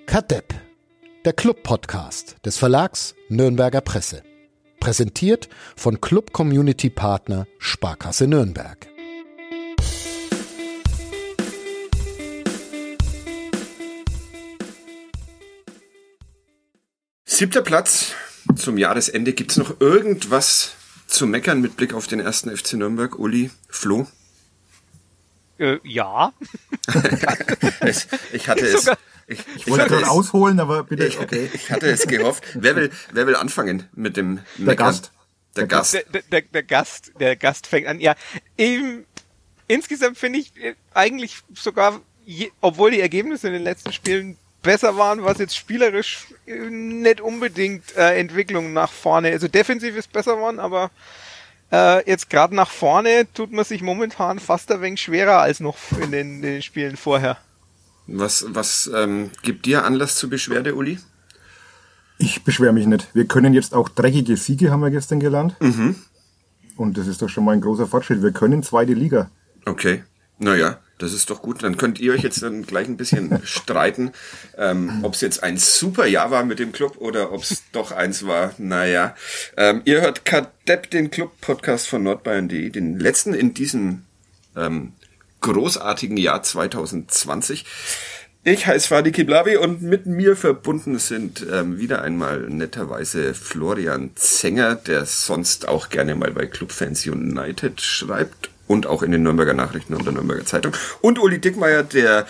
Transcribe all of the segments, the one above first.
Kadepp, der Club-Podcast des Verlags Nürnberger Presse. Präsentiert von Club-Community-Partner Sparkasse Nürnberg. Siebter Platz zum Jahresende. Gibt's noch irgendwas zu meckern mit Blick auf den 1. FC Nürnberg? Uli, Flo? Ja. Ich hatte es... Ich wollte gerade ausholen, aber bitte, okay. Ich hatte es gehofft. Wer will anfangen mit dem Meckern? Der Gast. Der Gast fängt an. Ja, insgesamt finde ich eigentlich sogar, obwohl die Ergebnisse in den letzten Spielen besser waren, was jetzt spielerisch nicht unbedingt Entwicklung nach vorne. Also defensiv ist besser geworden, aber jetzt gerade nach vorne tut man sich momentan fast ein wenig schwerer als noch in den Spielen vorher. Was gibt dir Anlass zur Beschwerde, Uli? Ich beschwere mich nicht. Wir können jetzt auch dreckige Siege, haben wir gestern gelernt. Mhm. Und das ist doch schon mal ein großer Fortschritt. Wir können zweite Liga. Okay, naja, das ist doch gut. Dann könnt ihr euch jetzt dann gleich ein bisschen streiten, ob es jetzt ein super Jahr war mit dem Club oder ob es doch eins war. Naja, ihr hört Kadepp, den Club-Podcast von nordbayern.de, den letzten in diesem großartigen Jahr 2020. Ich heiße Fadi Kiblavi und mit mir verbunden sind wieder einmal netterweise Florian Zenger, der sonst auch gerne mal bei Clubfans United schreibt und auch in den Nürnberger Nachrichten und der Nürnberger Zeitung. Und Uli Dickmeyer, der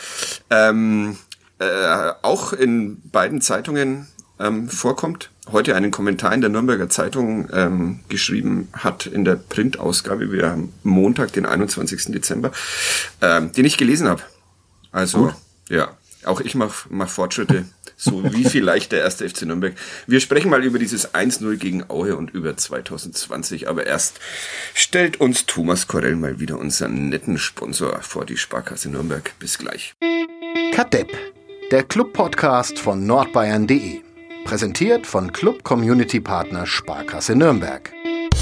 auch in beiden Zeitungen vorkommt, heute einen Kommentar in der Nürnberger Zeitung geschrieben hat in der Printausgabe. Wir haben Montag, den 21. Dezember, den ich gelesen habe. Also, ja, auch ich mach Fortschritte, so wie vielleicht der 1. FC Nürnberg. Wir sprechen mal über dieses 1-0 gegen Aue und über 2020, aber erst stellt uns Thomas Korell mal wieder unseren netten Sponsor vor, die Sparkasse Nürnberg. Bis gleich. Kadepp, der Club-Podcast von nordbayern.de. Präsentiert von Club-Community-Partner Sparkasse Nürnberg.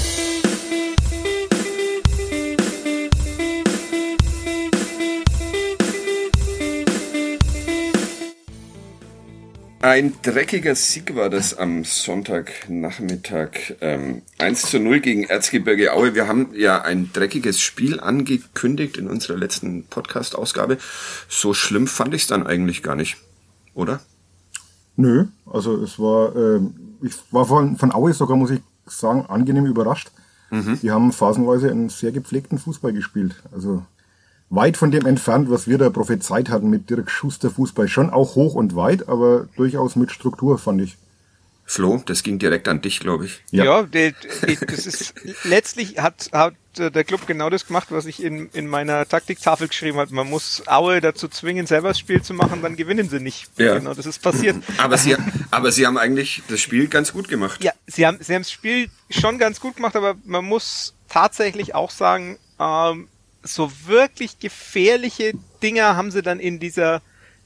Ein dreckiger Sieg war das am Sonntagnachmittag. 1-0 gegen Erzgebirge Aue. Wir haben ja ein dreckiges Spiel angekündigt in unserer letzten Podcast-Ausgabe. So schlimm fand ich es dann eigentlich gar nicht, oder? Nö, also es war, ich war von Aue sogar, muss ich sagen, angenehm überrascht. Mhm. Die haben phasenweise einen sehr gepflegten Fußball gespielt. Also weit von dem entfernt, was wir da prophezeit hatten mit Dirk Schuster Fußball. Schon auch hoch und weit, aber durchaus mit Struktur, fand ich. Flo, das ging direkt an dich, glaube ich. Ja, das ist letztlich hat der Club genau das gemacht, was ich in meiner Taktiktafel geschrieben habe. Man muss Aue dazu zwingen, selber das Spiel zu machen, dann gewinnen sie nicht. Ja. Genau, das ist passiert. Aber sie haben eigentlich das Spiel ganz gut gemacht. Ja, sie haben das Spiel schon ganz gut gemacht, aber man muss tatsächlich auch sagen, so wirklich gefährliche Dinger haben sie dann in dieser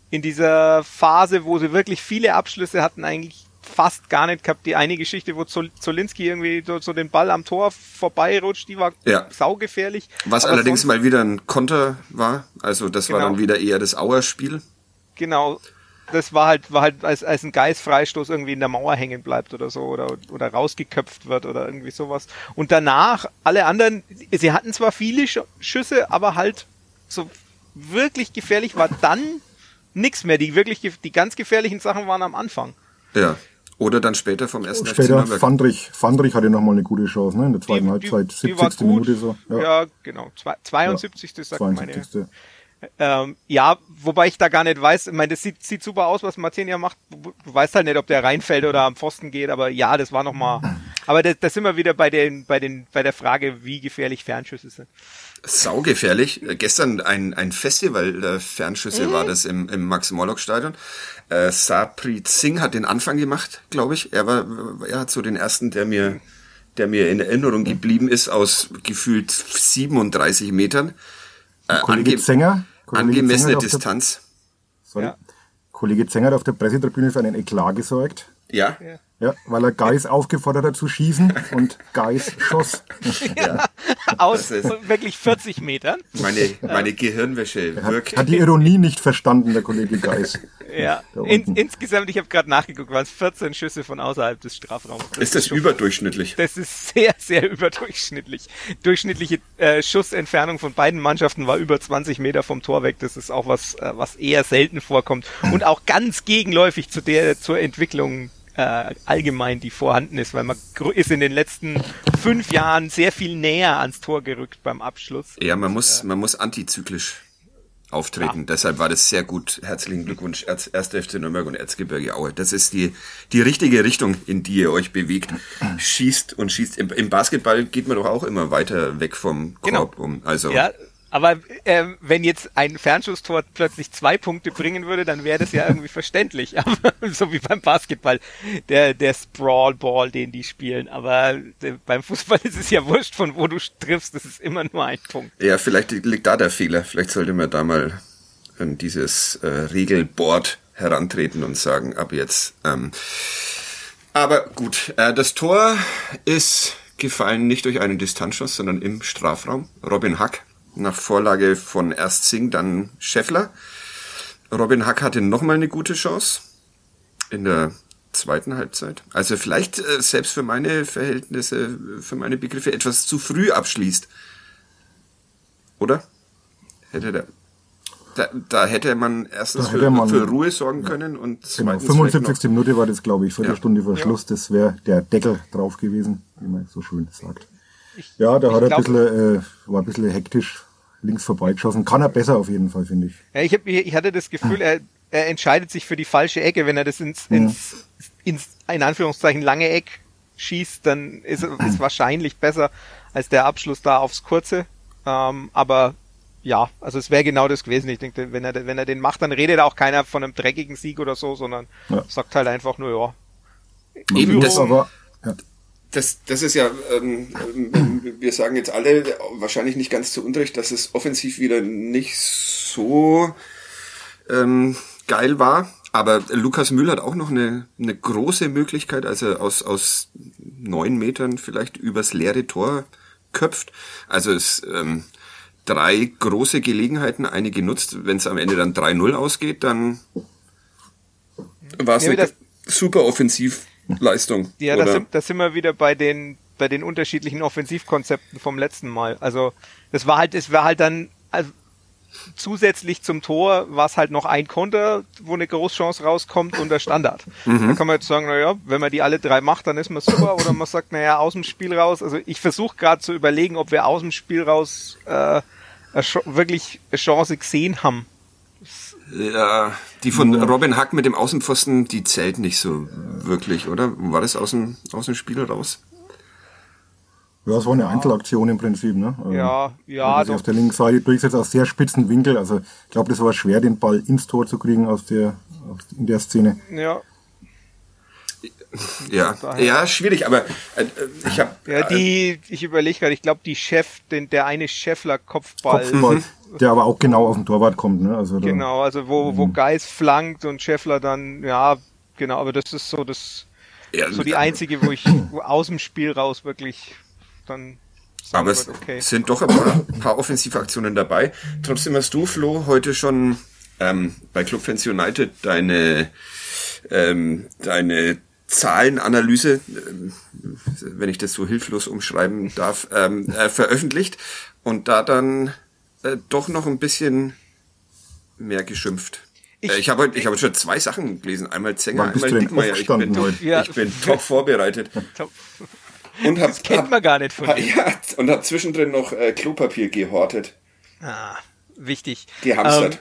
Phase, wo sie wirklich viele Abschlüsse hatten, eigentlich fast gar nicht gehabt. Die eine Geschichte, wo Zolinski irgendwie so den Ball am Tor vorbeirutscht, die war saugefährlich. Was aber allerdings mal wieder ein Konter war. Also das war dann wieder eher das Auer-Spiel. Genau. Das war halt als ein Geist-Freistoß irgendwie in der Mauer hängen bleibt oder so oder rausgeköpft wird oder irgendwie sowas. Und danach, alle anderen, sie hatten zwar viele Schüsse, aber halt so wirklich gefährlich war dann nix mehr. Die ganz gefährlichen Sachen waren am Anfang. Ja. Oder dann später vom ersten FC Später Nürnberg. Fandrich hatte nochmal eine gute Chance, ne? In der zweiten Halbzeit, 70. Minute so. Ja, genau. 72. sagt 72. meine. Wobei ich da gar nicht weiß, ich meine, das sieht super aus, was Martinia macht. Du weißt halt nicht, ob der reinfällt oder am Pfosten geht, aber ja, das war nochmal. Aber da sind wir wieder bei der Frage, wie gefährlich Fernschüsse sind. Saugefährlich. Gestern ein Festival der Fernschüsse war das im Max-Morlock-Stadion. Sarpreet Singh hat den Anfang gemacht, glaube ich. Er hat so den ersten, der mir in Erinnerung geblieben ist, aus gefühlt 37 Metern. Angemessene Distanz. Kollege Zenger hat auf der Pressetribüne für einen Eklat gesorgt. Ja. Ja, weil er Geis aufgefordert hat zu schießen und Geis schoss. Ja, aus wirklich 40 Metern. Meine Gehirnwäsche wirkt. Hat die Ironie nicht verstanden, der Kollege Geis. Ja, insgesamt, ich habe gerade nachgeguckt, waren es 14 Schüsse von außerhalb des Strafraums. Ist das überdurchschnittlich? Das ist sehr, sehr überdurchschnittlich. Durchschnittliche Schussentfernung von beiden Mannschaften war über 20 Meter vom Tor weg. Das ist auch was eher selten vorkommt und auch ganz gegenläufig zur Entwicklung allgemein, die vorhanden ist, weil man ist in den letzten 5 Jahren sehr viel näher ans Tor gerückt beim Abschluss. Ja, man muss antizyklisch auftreten. Ja. Deshalb war das sehr gut. Herzlichen Glückwunsch, 1. FC Nürnberg und Erzgebirge Aue. Das ist die richtige Richtung, in die ihr euch bewegt. Schießt und schießt. Im Basketball geht man doch auch immer weiter weg vom Korb. Genau. Ja, aber wenn jetzt ein Fernschusstor plötzlich 2 Punkte bringen würde, dann wäre das ja irgendwie verständlich. Aber so wie beim Basketball, der Sprawl-Ball, den die spielen. Aber beim Fußball ist es ja wurscht, von wo du triffst. Das ist immer nur ein Punkt. Ja, vielleicht liegt da der Fehler. Vielleicht sollte man da mal an dieses Regelboard herantreten und sagen, ab jetzt. Aber gut, das Tor ist gefallen nicht durch einen Distanzschuss, sondern im Strafraum. Robin Hack. Nach Vorlage von erst Singh, dann Scheffler. Robin Hack hatte nochmal eine gute Chance in der zweiten Halbzeit. Also vielleicht selbst für meine Verhältnisse, für meine Begriffe etwas zu früh abschließt. Oder? Da hätte man erstens für Ruhe sorgen können und zweitens... Genau, 75. Minute war das, glaube ich, Viertelstunde vor Schluss. Das wäre der Deckel drauf gewesen, wie man so schön sagt. Ja, da hat er war ein bisschen hektisch links vorbeigeschossen. Kann er besser auf jeden Fall, finde ich. Ja, ich hatte das Gefühl, er entscheidet sich für die falsche Ecke. Wenn er das ins in Anführungszeichen lange Eck schießt, dann ist wahrscheinlich besser als der Abschluss da aufs Kurze. Aber ja, also es wäre genau das gewesen. Ich denke, wenn er den macht, dann redet auch keiner von einem dreckigen Sieg oder so, sondern sagt halt einfach nur, ja. Eben das aber... Ja. Das ist ja, wir sagen jetzt alle wahrscheinlich nicht ganz zu Unrecht, dass es offensiv wieder nicht so geil war. Aber Lukas Mühl hat auch noch eine große Möglichkeit, also aus 9 Metern vielleicht übers leere Tor köpft. Also es 3 große Gelegenheiten, eine genutzt. Wenn es am Ende dann 3-0 ausgeht, dann war es eine super Offensivleistung. Ja, da sind wir wieder bei den unterschiedlichen Offensivkonzepten vom letzten Mal. Also es war halt dann, also zusätzlich zum Tor war es halt noch ein Konter, wo eine Großchance rauskommt und der Standard. Da kann man jetzt sagen, naja, wenn man die alle 3 macht, dann ist man super. Oder man sagt, naja, aus dem Spiel raus. Also ich versuche gerade zu überlegen, ob wir aus dem Spiel raus wirklich eine Chance gesehen haben. Ja, die von Robin Hack mit dem Außenpfosten, die zählt nicht so wirklich, oder? War das aus dem Spiel raus? Ja, es war eine Einzelaktion im Prinzip, ne? Ja. Also auf der linken Seite durchsetzt aus sehr spitzen Winkel. Also ich glaube, das war schwer, den Ball ins Tor zu kriegen in der Szene. Ja, schwierig, aber ich habe... Ja, ich überlege gerade, ich glaube, der eine Scheffler-Kopfball... Der aber auch genau auf den Torwart kommt, ne? Also genau, also wo Geis flankt und Scheffler dann, ja, genau, aber das ist so die einzige, wo aus dem Spiel raus wirklich dann sagen aber wird, okay. Es sind doch ein paar Offensivaktionen dabei. Trotzdem hast du, Flo, heute schon bei Club Fans United deine Zahlenanalyse, wenn ich das so hilflos umschreiben darf, veröffentlicht und da dann doch noch ein bisschen mehr geschimpft. Ich habe heute schon 2 Sachen gelesen. Einmal Zenger, einmal Dickmeyer. Ich bin top vorbereitet. Top. Und das kennt man gar nicht von dir. Ja, und habe zwischendrin noch Klopapier gehortet. Wichtig. Gehamstert.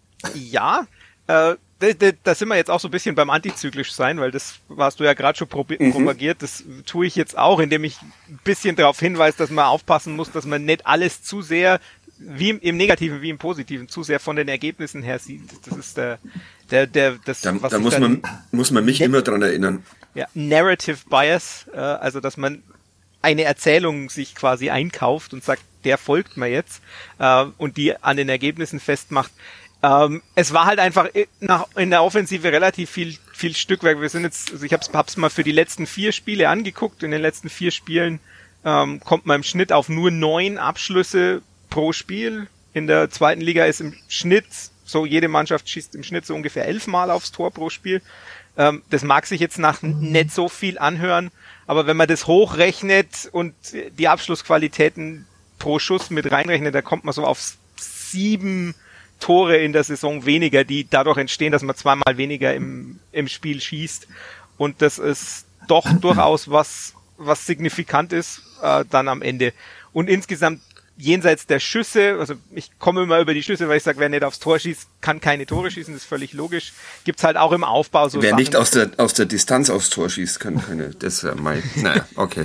Da sind wir jetzt auch so ein bisschen beim antizyklisch sein, weil das warst du ja gerade schon propagiert. Das tue ich jetzt auch, indem ich ein bisschen darauf hinweise, dass man aufpassen muss, dass man nicht alles zu sehr, wie im Negativen wie im Positiven, zu sehr von den Ergebnissen her sieht. Das ist da muss man mich immer dran erinnern. Ja, Narrative Bias, also dass man eine Erzählung sich quasi einkauft und sagt, der folgt mir jetzt und die an den Ergebnissen festmacht. Es war halt einfach in der Offensive relativ viel viel Stückwerk. Wir sind jetzt, also ich hab's mal für die letzten 4 Spiele angeguckt. In den letzten 4 Spielen kommt man im Schnitt auf nur 9 Abschlüsse pro Spiel. In der zweiten Liga ist im Schnitt, so jede Mannschaft schießt im Schnitt so ungefähr 11 Mal aufs Tor pro Spiel. Das mag sich jetzt nach nicht so viel anhören, aber wenn man das hochrechnet und die Abschlussqualitäten pro Schuss mit reinrechnet, da kommt man so auf 7 Tore in der Saison weniger, die dadurch entstehen, dass man 2-mal weniger im Spiel schießt. Und das ist doch durchaus was signifikant ist dann am Ende. Und insgesamt jenseits der Schüsse, also ich komme immer über die Schüsse, weil ich sage, wer nicht aufs Tor schießt, kann keine Tore schießen, das ist völlig logisch. Gibt's halt auch im Aufbau so wer Sachen. Nicht aus der Distanz aufs Tor schießt, könnte das wäre mein, naja, okay.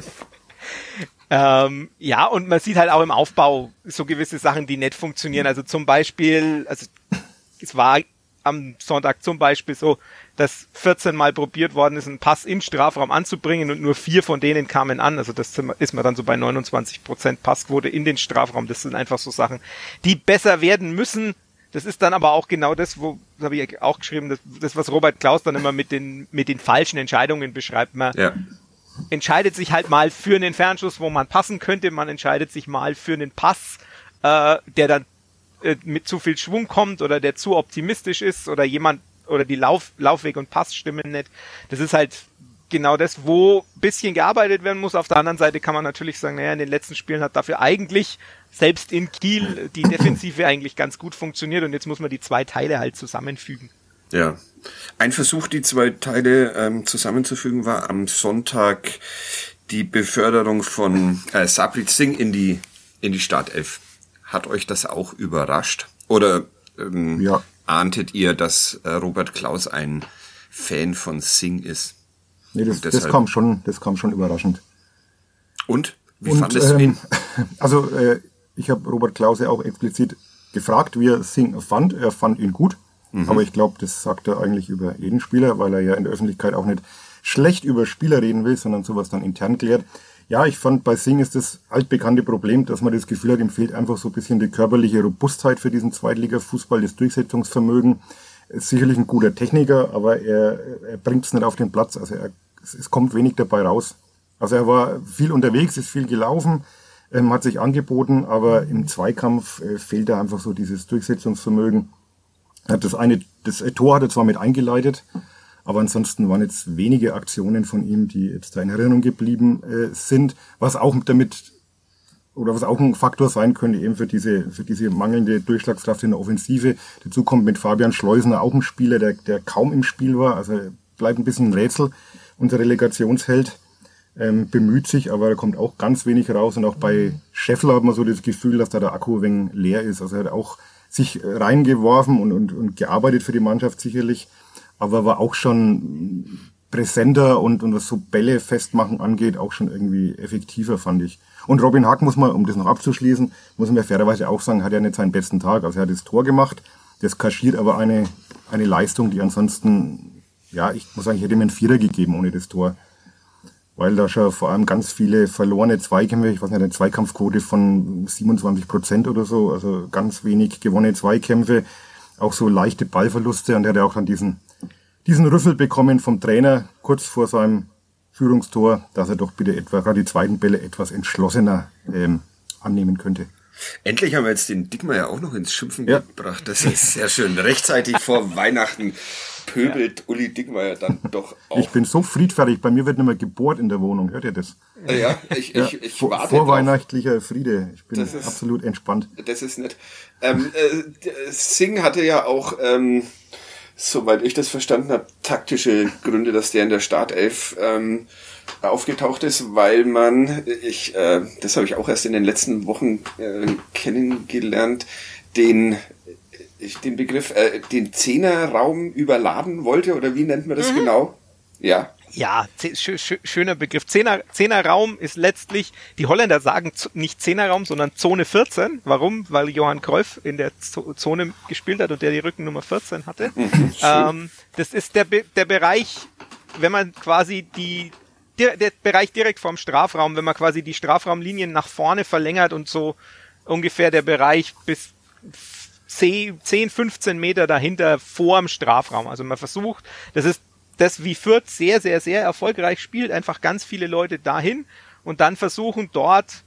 Ja, und man sieht halt auch im Aufbau so gewisse Sachen, die nicht funktionieren. Also zum Beispiel, es war am Sonntag zum Beispiel so, dass 14 Mal probiert worden ist, einen Pass in Strafraum anzubringen und nur 4 von denen kamen an. Also das ist man dann so bei 29% Passquote in den Strafraum. Das sind einfach so Sachen, die besser werden müssen. Das ist dann aber auch genau das, das habe ich auch geschrieben, das was Robert Klaus dann immer mit den falschen Entscheidungen beschreibt. Man entscheidet sich halt mal für einen Fernschuss, wo man passen könnte. Man entscheidet sich mal für einen Pass, der dann mit zu viel Schwung kommt oder der zu optimistisch ist oder die Laufweg und Pass stimmen nicht. Das ist halt genau das, wo ein bisschen gearbeitet werden muss. Auf der anderen Seite kann man natürlich sagen, naja, in den letzten Spielen hat dafür eigentlich, selbst in Kiel, die Defensive eigentlich ganz gut funktioniert und jetzt muss man die 2 Teile halt zusammenfügen. Ja. Ein Versuch, die 2 Teile zusammenzufügen, war am Sonntag die Beförderung von Sabrit Singh in die Startelf. Hat euch das auch überrascht? Oder ahntet ihr, dass Robert Klaus ein Fan von Singh ist? Nee, das kam schon überraschend. Und? Wie fandest du ihn? Also, ich habe Robert Klaus ja auch explizit gefragt, wie er Singh fand. Er fand ihn gut. Aber ich glaube, das sagt er eigentlich über jeden Spieler, weil er ja in der Öffentlichkeit auch nicht schlecht über Spieler reden will, sondern sowas dann intern klärt. Ja, ich fand, bei Singh ist das altbekannte Problem, dass man das Gefühl hat, ihm fehlt einfach so ein bisschen die körperliche Robustheit für diesen Zweitliga-Fußball, das Durchsetzungsvermögen. Er ist sicherlich ein guter Techniker, aber er bringt es nicht auf den Platz. Also es kommt wenig dabei raus. Also er war viel unterwegs, ist viel gelaufen, hat sich angeboten, aber im Zweikampf fehlt da einfach so dieses Durchsetzungsvermögen. Das Tor hat er zwar mit eingeleitet, aber ansonsten waren jetzt wenige Aktionen von ihm, die jetzt da in Erinnerung geblieben sind, was auch ein Faktor sein könnte eben für diese mangelnde Durchschlagskraft in der Offensive. Dazu kommt mit Fabian Schleusener auch ein Spieler, der kaum im Spiel war, also bleibt ein bisschen ein Rätsel. Unser Relegationsheld bemüht sich, aber da kommt auch ganz wenig raus und auch bei Scheffler hat man so das Gefühl, dass da der Akku ein wenig leer ist. Also er hat auch sich reingeworfen und gearbeitet für die Mannschaft sicherlich, aber war auch schon präsenter und was so Bälle festmachen angeht, auch schon irgendwie effektiver, fand ich. Und Robin Hack muss man, um das noch abzuschließen, muss man fairerweise auch sagen, hat ja nicht seinen besten Tag. Also er hat das Tor gemacht, das kaschiert aber eine Leistung, die ansonsten, ja, ich muss sagen, ich hätte ihm einen Vierer gegeben ohne das Tor. Weil da schon vor allem ganz viele verlorene Zweikämpfe, ich weiß nicht, eine Zweikampfquote von 27% oder so, also ganz wenig gewonnene Zweikämpfe, auch so leichte Ballverluste und er hat ja auch dann diesen Rüffel bekommen vom Trainer kurz vor seinem Führungstor, dass er doch bitte gerade die zweiten Bälle etwas entschlossener annehmen könnte. Endlich haben wir jetzt den Dickmeyer auch noch ins Schimpfen gebracht. Das ist sehr schön. Rechtzeitig vor Weihnachten pöbelt Uli Dickmeyer dann doch auch. Ich bin so friedfertig. Bei mir wird nicht mehr gebohrt in der Wohnung. Hört ihr das? Ja, ich warte vorweihnachtlicher Friede. Ich bin absolut entspannt. Das ist nett. Singh hatte ja auch, soweit ich das verstanden habe, taktische Gründe, dass der in der Startelf aufgetaucht ist, weil man, das habe ich auch erst in den letzten Wochen kennengelernt, den Begriff, den Zehnerraum überladen wollte, oder wie nennt man das genau? Ja. Ja, schöner Begriff. Zehnerraum ist letztlich, die Holländer sagen nicht Zehnerraum, sondern Zone 14. Warum? Weil Johan Cruyff in der Zone gespielt hat und der die Rückennummer 14 hatte. Das ist der Bereich, wenn man quasi der Bereich direkt vorm Strafraum, wenn man quasi die Strafraumlinien nach vorne verlängert und so ungefähr der Bereich bis 10, 15 Meter dahinter vorm Strafraum. Also man versucht, das ist das wie Fürth sehr, sehr, sehr erfolgreich spielt, einfach ganz viele Leute dahin und dann versuchen dort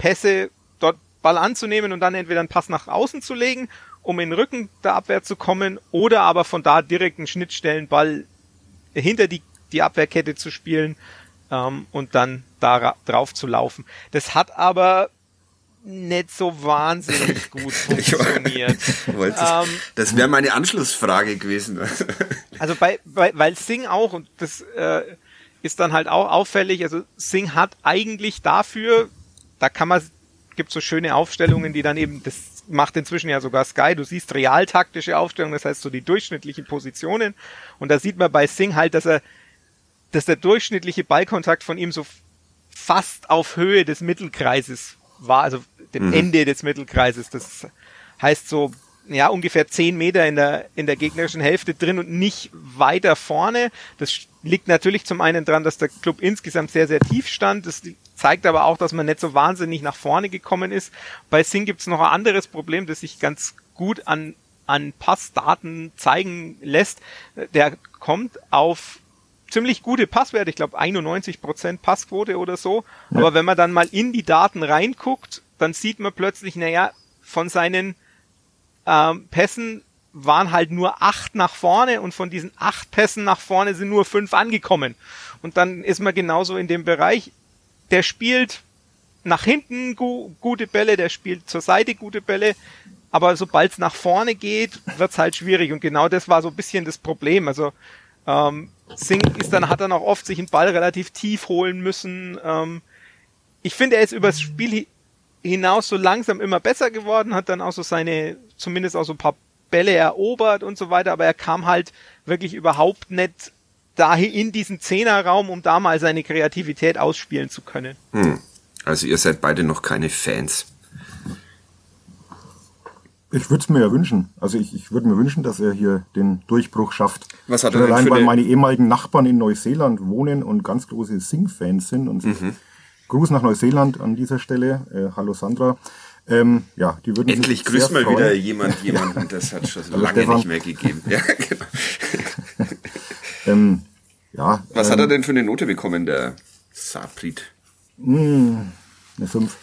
Ball anzunehmen und dann entweder einen Pass nach außen zu legen, um in den Rücken der Abwehr zu kommen, oder aber von da direkt einen Schnittstellenball hinter die Abwehrkette zu spielen und dann da drauf zu laufen. Das hat aber nicht so wahnsinnig gut funktioniert. Das wäre meine Anschlussfrage gewesen. Also weil Singh auch, und das ist dann halt auch auffällig, also Singh hat eigentlich dafür, gibt so schöne Aufstellungen, die dann eben, das macht inzwischen ja sogar Sky, du siehst realtaktische Aufstellungen, das heißt so die durchschnittlichen Positionen, und da sieht man bei Singh halt, dass der durchschnittliche Ballkontakt von ihm so fast auf Höhe des Mittelkreises war, also dem Ende des Mittelkreises. Das heißt so, ja, ungefähr 10 Meter in der gegnerischen Hälfte drin und nicht weiter vorne. Das liegt natürlich zum einen daran, dass der Club insgesamt sehr, sehr tief stand. Das zeigt aber auch, dass man nicht so wahnsinnig nach vorne gekommen ist. Bei Singh gibt es noch ein anderes Problem, das sich ganz gut an Passdaten zeigen lässt. Der kommt auf ziemlich gute Passwerte, ich glaube 91% Passquote oder so. Ja. Aber wenn man dann mal in die Daten reinguckt, dann sieht man plötzlich, von seinen Pässen waren halt nur 8 nach vorne und von diesen 8 Pässen nach vorne sind nur 5 angekommen. Und dann ist man genauso in dem Bereich, der spielt nach hinten gute Bälle, der spielt zur Seite gute Bälle, aber sobald es nach vorne geht, wird's halt schwierig. Und genau das war so ein bisschen das Problem. Also Singh hat dann auch oft sich einen Ball relativ tief holen müssen. Ich finde, er ist übers Spiel hinaus so langsam immer besser geworden, hat dann auch so zumindest auch so ein paar Bälle erobert und so weiter, aber er kam halt wirklich überhaupt nicht dahin in diesen Zehnerraum, um da mal seine Kreativität ausspielen zu können. Also ihr seid beide noch keine Fans. Ich würde es mir ja wünschen. Also ich würde mir wünschen, dass er hier den Durchbruch schafft. Was hat er denn allein, weil meine ehemaligen Nachbarn in Neuseeland wohnen und ganz große Singh-Fans sind. Und Gruß nach Neuseeland an dieser Stelle. Hallo Sandra. Die würden endlich sich grüßt mal freuen. wieder jemanden, das hat schon lange Stefan. nicht mehr gegeben. Ja, genau. Was hat er denn für eine Note bekommen, der Saprit? Eine 5.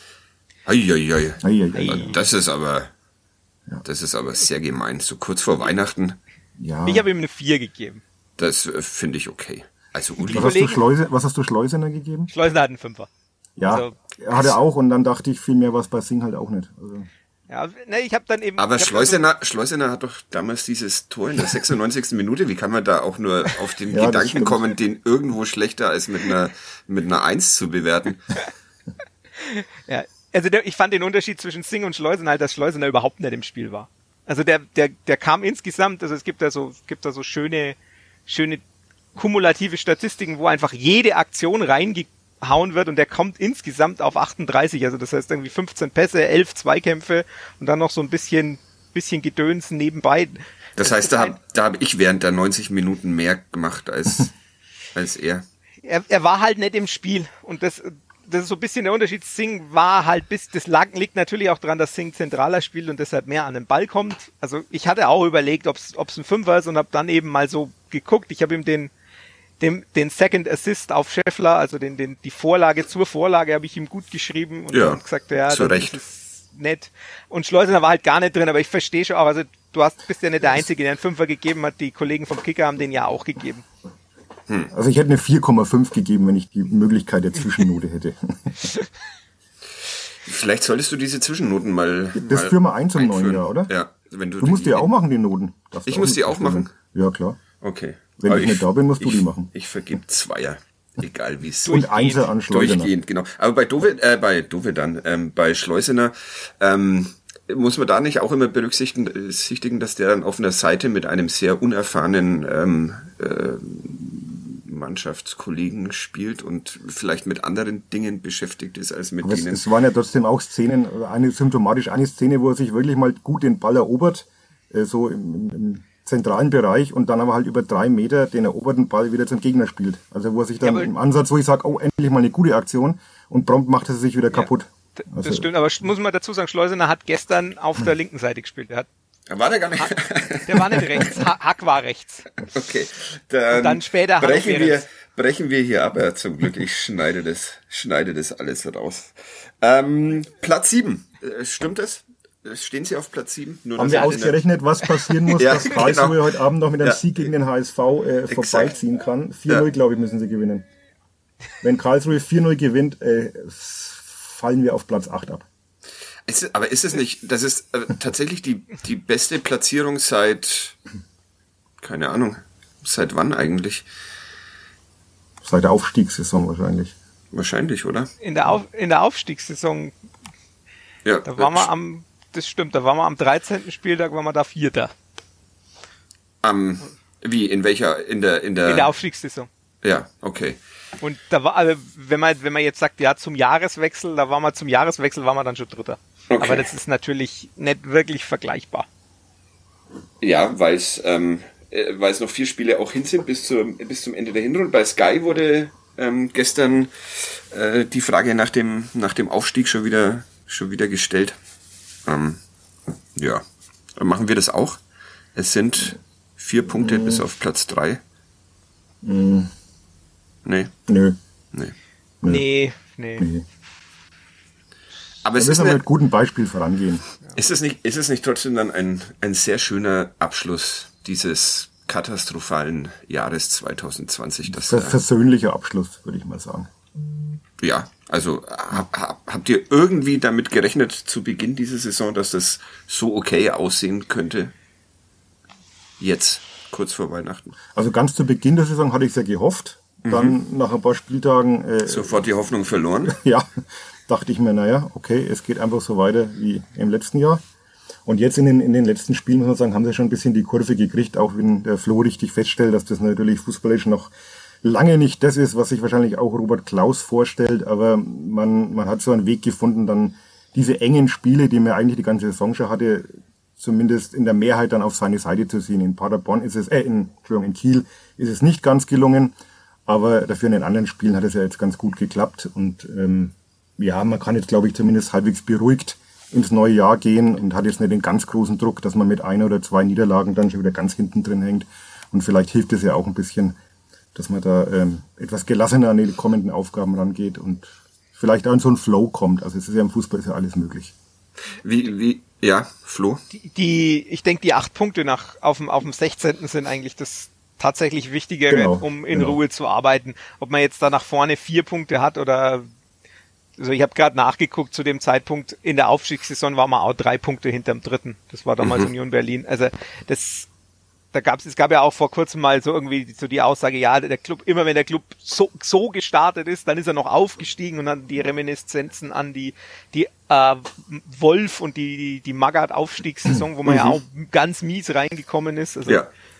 Das ist aber sehr gemein. So kurz vor Weihnachten. Ja. Ich habe ihm eine 4 gegeben. Das finde ich okay. Also Uli. Was hast du Schleusener gegeben? Schleusener hat einen 5er. Ja, also, hat er auch, und dann dachte ich, viel mehr was bei Singh halt auch nicht. Also. Ja, ich habe dann eben... Aber Schleusener hat doch damals dieses Tor in der 96. Minute, wie kann man da auch nur auf den Gedanken kommen, den irgendwo schlechter als mit einer 1 zu bewerten? Ja, also ich fand den Unterschied zwischen Singh und Schleusener halt, dass Schleusener überhaupt nicht im Spiel war. Also der kam insgesamt, also es gibt da so schöne kumulative Statistiken, wo einfach jede Aktion reingehauen wird und der kommt insgesamt auf 38, also das heißt irgendwie 15 Pässe, 11 Zweikämpfe und dann noch so ein bisschen Gedöns nebenbei. Das heißt, da habe ich während der 90 Minuten mehr gemacht als er. Er war halt nicht im Spiel und das ist so ein bisschen der Unterschied. Singh war halt liegt natürlich auch daran, dass Singh zentraler spielt und deshalb mehr an den Ball kommt. Also ich hatte auch überlegt, ob es ein 5er ist und habe dann eben mal so geguckt. Ich habe ihm den Second Assist auf Scheffler, also die Vorlage zur Vorlage habe ich ihm gut geschrieben und dann gesagt, das ist nett. Und Schleusener war halt gar nicht drin, aber ich verstehe schon auch, also bist ja nicht der Einzige, der einen 5er gegeben hat. Die Kollegen vom Kicker haben den ja auch gegeben. Also ich hätte eine 4,5 gegeben, wenn ich die Möglichkeit der Zwischennote hätte. Vielleicht solltest du diese Zwischennoten mal das führen wir ein zum neuen Jahr, oder? Ja. Du musst die auch machen, die Noten. Ich muss die auch machen? Ja, klar. Okay. Wenn ich nicht da bin, musst du die machen. Ich vergebe 2er. Egal wie es und Einser an Schleusener. Durchgehend, genau. Aber bei Schleusener, muss man da nicht auch immer berücksichtigen, dass der dann auf einer Seite mit einem sehr unerfahrenen Mannschaftskollegen spielt und vielleicht mit anderen Dingen beschäftigt ist als mit denen. Es waren ja trotzdem auch Szenen, eine Szene, wo er sich wirklich mal gut den Ball erobert, so im zentralen Bereich und dann aber halt über 3 Meter den eroberten Ball wieder zum Gegner spielt. Also wo er sich dann im Ansatz, wo ich sage, oh, endlich mal eine gute Aktion und prompt macht er sich wieder kaputt. Das stimmt, aber muss man dazu sagen, Schleusener hat gestern auf der linken Seite gespielt. Er hat War der gar nicht? Der war nicht rechts. Hack war rechts. Okay. Dann später brechen wir hier ab, ja, zum Glück. Ich schneide das alles raus. Platz 7. Stimmt es? Stehen Sie auf Platz 7? Nur haben wir ausgerechnet, was passieren muss, ja, dass Karlsruhe genau. heute Abend noch mit einem Sieg gegen den HSV vorbeiziehen kann. 4-0, glaube ich, müssen sie gewinnen. Wenn Karlsruhe 4-0 gewinnt, fallen wir auf Platz 8 ab. Aber ist es nicht, das ist tatsächlich die beste Platzierung seit, keine Ahnung, seit wann eigentlich? Seit der Aufstiegssaison wahrscheinlich. Wahrscheinlich, oder? In der Aufstiegssaison, ja, da waren wir das stimmt, da waren wir am 13. Spieltag, waren wir da Vierter. Wie, in welcher, in der Aufstiegssaison. Ja, okay. Und da war, also wenn man jetzt sagt, ja, zum Jahreswechsel waren wir dann schon Dritter. Okay. Aber das ist natürlich nicht wirklich vergleichbar. Ja, weil es noch 4 Spiele auch hin sind bis zum Ende der Hinrunde. Bei Sky wurde gestern die Frage nach dem Aufstieg schon wieder gestellt. Ja, machen wir das auch? Es sind 4 Punkte bis auf Platz 3. Nee. Nö. Nee. Aber es ist mit gutem Beispiel vorangehen. Ist es nicht trotzdem dann ein sehr schöner Abschluss dieses katastrophalen Jahres 2020? Versöhnlicher Abschluss, würde ich mal sagen. Ja, also habt ihr irgendwie damit gerechnet zu Beginn dieser Saison, dass das so okay aussehen könnte? Jetzt, kurz vor Weihnachten. Also ganz zu Beginn der Saison hatte ich es ja gehofft. Dann nach ein paar Spieltagen... sofort die Hoffnung verloren? Ja, dachte ich mir, naja, okay, es geht einfach so weiter wie im letzten Jahr. Und jetzt in den letzten Spielen, muss man sagen, haben sie schon ein bisschen die Kurve gekriegt, auch wenn der Flo richtig feststellt, dass das natürlich fußballisch noch lange nicht das ist, was sich wahrscheinlich auch Robert Klaus vorstellt, aber man hat so einen Weg gefunden, dann diese engen Spiele, die man eigentlich die ganze Saison schon hatte, zumindest in der Mehrheit dann auf seine Seite zu ziehen. In Paderborn ist es, in Kiel ist es nicht ganz gelungen, aber dafür in den anderen Spielen hat es ja jetzt ganz gut geklappt und ja, man kann jetzt, glaube ich, zumindest halbwegs beruhigt ins neue Jahr gehen und hat jetzt nicht den ganz großen Druck, dass man mit 1 oder 2 Niederlagen dann schon wieder ganz hinten drin hängt. Und vielleicht hilft es ja auch ein bisschen, dass man da etwas gelassener an die kommenden Aufgaben rangeht und vielleicht auch in so einen Flow kommt. Also es ist ja im Fußball ist ja alles möglich. Ja, Flo? Ich denke, die 8 Punkte auf dem 16. sind eigentlich das tatsächlich Wichtigere, um in Ruhe zu arbeiten. Ob man jetzt da nach vorne 4 Punkte hat oder... Also ich habe gerade nachgeguckt, zu dem Zeitpunkt in der Aufstiegssaison war man auch 3 Punkte hinterm Dritten. Das war damals Union Berlin. Also es gab ja auch vor kurzem mal so irgendwie so die Aussage, ja, der Club, immer wenn der Club so gestartet ist, dann ist er noch aufgestiegen und dann die Reminiszenzen an die Wolf und die Magath-Aufstiegssaison, wo man ja auch ganz mies reingekommen ist. Also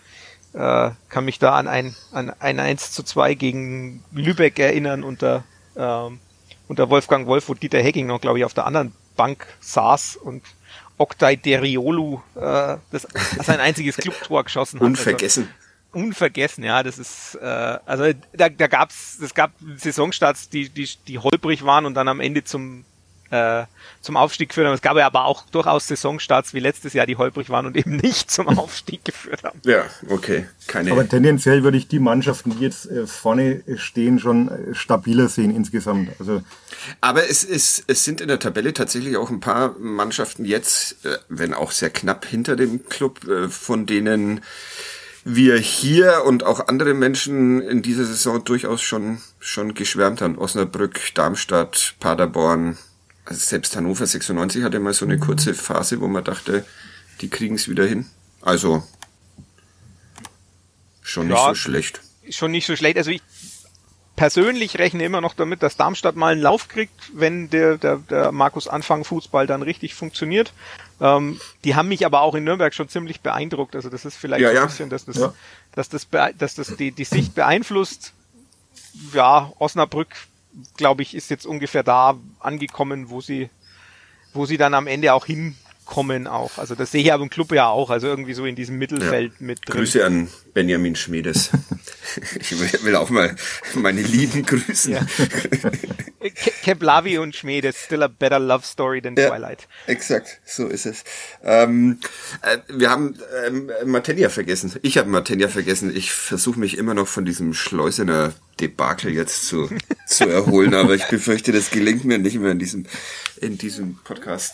kann mich da an ein 1:2 gegen Lübeck erinnern unter Wolfgang Wolf, wo Dieter Hecking noch, glaube ich, auf der anderen Bank saß und Oktay Deriolu sein einziges Clubtor geschossen hat. Unvergessen. Also, unvergessen, ja, das ist, also es gab Saisonstarts, die holprig waren und dann am Ende zum Aufstieg geführt haben. Es gab ja aber auch durchaus Saisonstarts wie letztes Jahr, die holprig waren und eben nicht zum Aufstieg geführt haben. Ja, okay. Aber tendenziell würde ich die Mannschaften, die jetzt vorne stehen, schon stabiler sehen insgesamt. Also aber es sind in der Tabelle tatsächlich auch ein paar Mannschaften jetzt, wenn auch sehr knapp hinter dem Club, von denen wir hier und auch andere Menschen in dieser Saison durchaus schon geschwärmt haben. Osnabrück, Darmstadt, Paderborn. Also selbst Hannover 96 hatte mal so eine kurze Phase, wo man dachte, die kriegen es wieder hin. Also schon nicht so schlecht. Schon nicht so schlecht. Also ich persönlich rechne immer noch damit, dass Darmstadt mal einen Lauf kriegt, wenn der Markus Anfang Fußball dann richtig funktioniert. Die haben mich aber auch in Nürnberg schon ziemlich beeindruckt. Also das ist vielleicht ein bisschen, dass das die Sicht beeinflusst. Ja, Osnabrück, glaube ich, ist jetzt ungefähr da angekommen, wo sie dann am Ende auch hinkommen auch. Also das sehe ich aber im Club ja auch, also irgendwie so in diesem Mittelfeld mit drin. Grüße an Benjamin Schmedes. Ich will auch mal meine Lieben grüßen. Ja. Keflavi und Schmied is still a better love story than Twilight. Exakt, so ist es. Wir haben Matenja vergessen. Ich habe Matenja vergessen. Ich versuche mich immer noch von diesem Schleusener Debakel jetzt zu erholen, aber ich befürchte, das gelingt mir nicht mehr in diesem Podcast.